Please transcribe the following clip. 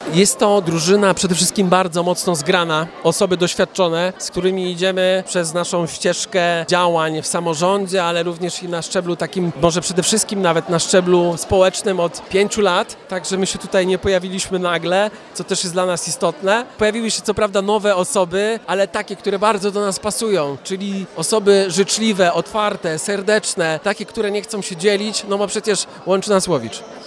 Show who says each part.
Speaker 1: Jest to drużyna przede wszystkim bardzo mocno zgrana, osoby doświadczone, z którymi idziemy przez naszą ścieżkę działań w samorządzie, ale również i na szczeblu takim, może przede wszystkim nawet na szczeblu społecznym od 5 lat, także my się tutaj nie pojawiliśmy nagle, co też jest dla nas istotne. Pojawiły się co prawda nowe osoby, ale takie, które bardzo do nas pasują, czyli osoby życzliwe, otwarte, serdeczne, takie, które nie chcą się dzielić, no bo przecież łączy nas Łowicz.